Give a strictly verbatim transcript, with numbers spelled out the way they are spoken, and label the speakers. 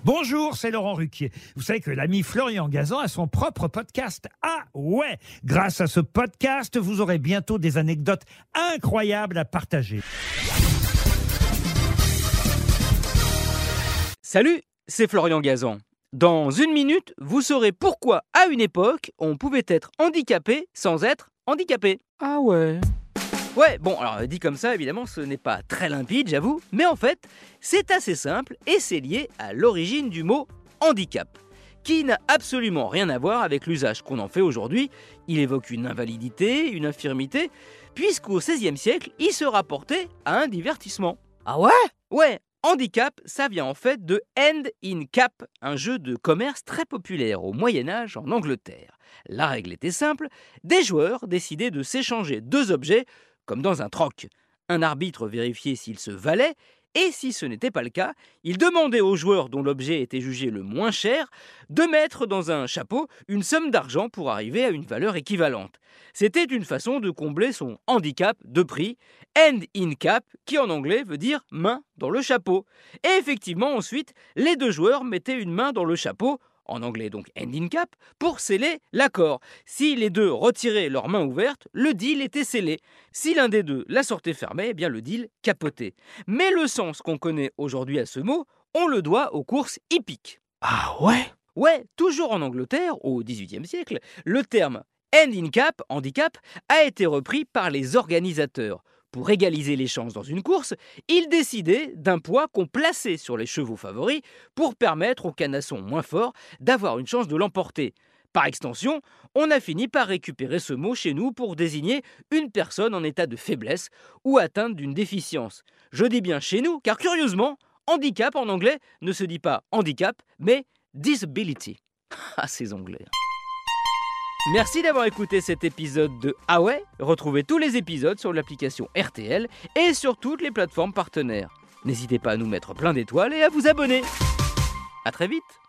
Speaker 1: Bonjour, c'est Laurent Ruquier. Vous savez que l'ami Florian Gazan a son propre podcast. Ah ouais! Grâce à ce podcast, vous aurez bientôt des anecdotes incroyables à partager.
Speaker 2: Salut, c'est Florian Gazan. Dans une minute, vous saurez pourquoi, à une époque, on pouvait être handicapé sans être handicapé. Ah ouais. Ouais, bon, alors dit comme ça, évidemment, ce n'est pas très limpide, j'avoue, mais en fait, c'est assez simple et c'est lié à l'origine du mot handicap, qui n'a absolument rien à voir avec l'usage qu'on en fait aujourd'hui. Il évoque une invalidité, une infirmité, puisqu'au seizième siècle, il se rapportait à un divertissement. Ah ouais? Ouais, handicap, ça vient en fait de hand in cap, un jeu de commerce très populaire au Moyen-Âge en Angleterre. La règle était simple, des joueurs décidaient de s'échanger deux objets, comme dans un troc. Un arbitre vérifiait s'ils se valaient, et si ce n'était pas le cas, il demandait au joueur dont l'objet était jugé le moins cher de mettre dans un chapeau une somme d'argent pour arriver à une valeur équivalente. C'était une façon de combler son handicap de prix, hand in cap, qui en anglais veut dire main dans le chapeau. Et effectivement, ensuite, les deux joueurs mettaient une main dans le chapeau, en anglais donc hand in cap, pour sceller l'accord. Si les deux retiraient leurs mains ouvertes, le deal était scellé. Si l'un des deux la sortait fermée, eh bien le deal capotait. Mais le sens qu'on connaît aujourd'hui à ce mot, on le doit aux courses hippiques.
Speaker 1: Ah ouais?
Speaker 2: Ouais, toujours en Angleterre, au dix-huitième siècle, le terme hand in cap, handicap, a été repris par les organisateurs. Pour égaliser les chances dans une course, ils décidaient d'un poids qu'on plaçait sur les chevaux favoris pour permettre aux canassons moins forts d'avoir une chance de l'emporter. Par extension, on a fini par récupérer ce mot chez nous pour désigner une personne en état de faiblesse ou atteinte d'une déficience. Je dis bien chez nous, car curieusement, handicap en anglais ne se dit pas handicap, mais disability. Ah, ces anglais. Merci d'avoir écouté cet épisode de Ah ouais. Retrouvez tous les épisodes sur l'application R T L et sur toutes les plateformes partenaires. N'hésitez pas à nous mettre plein d'étoiles et à vous abonner. À très vite.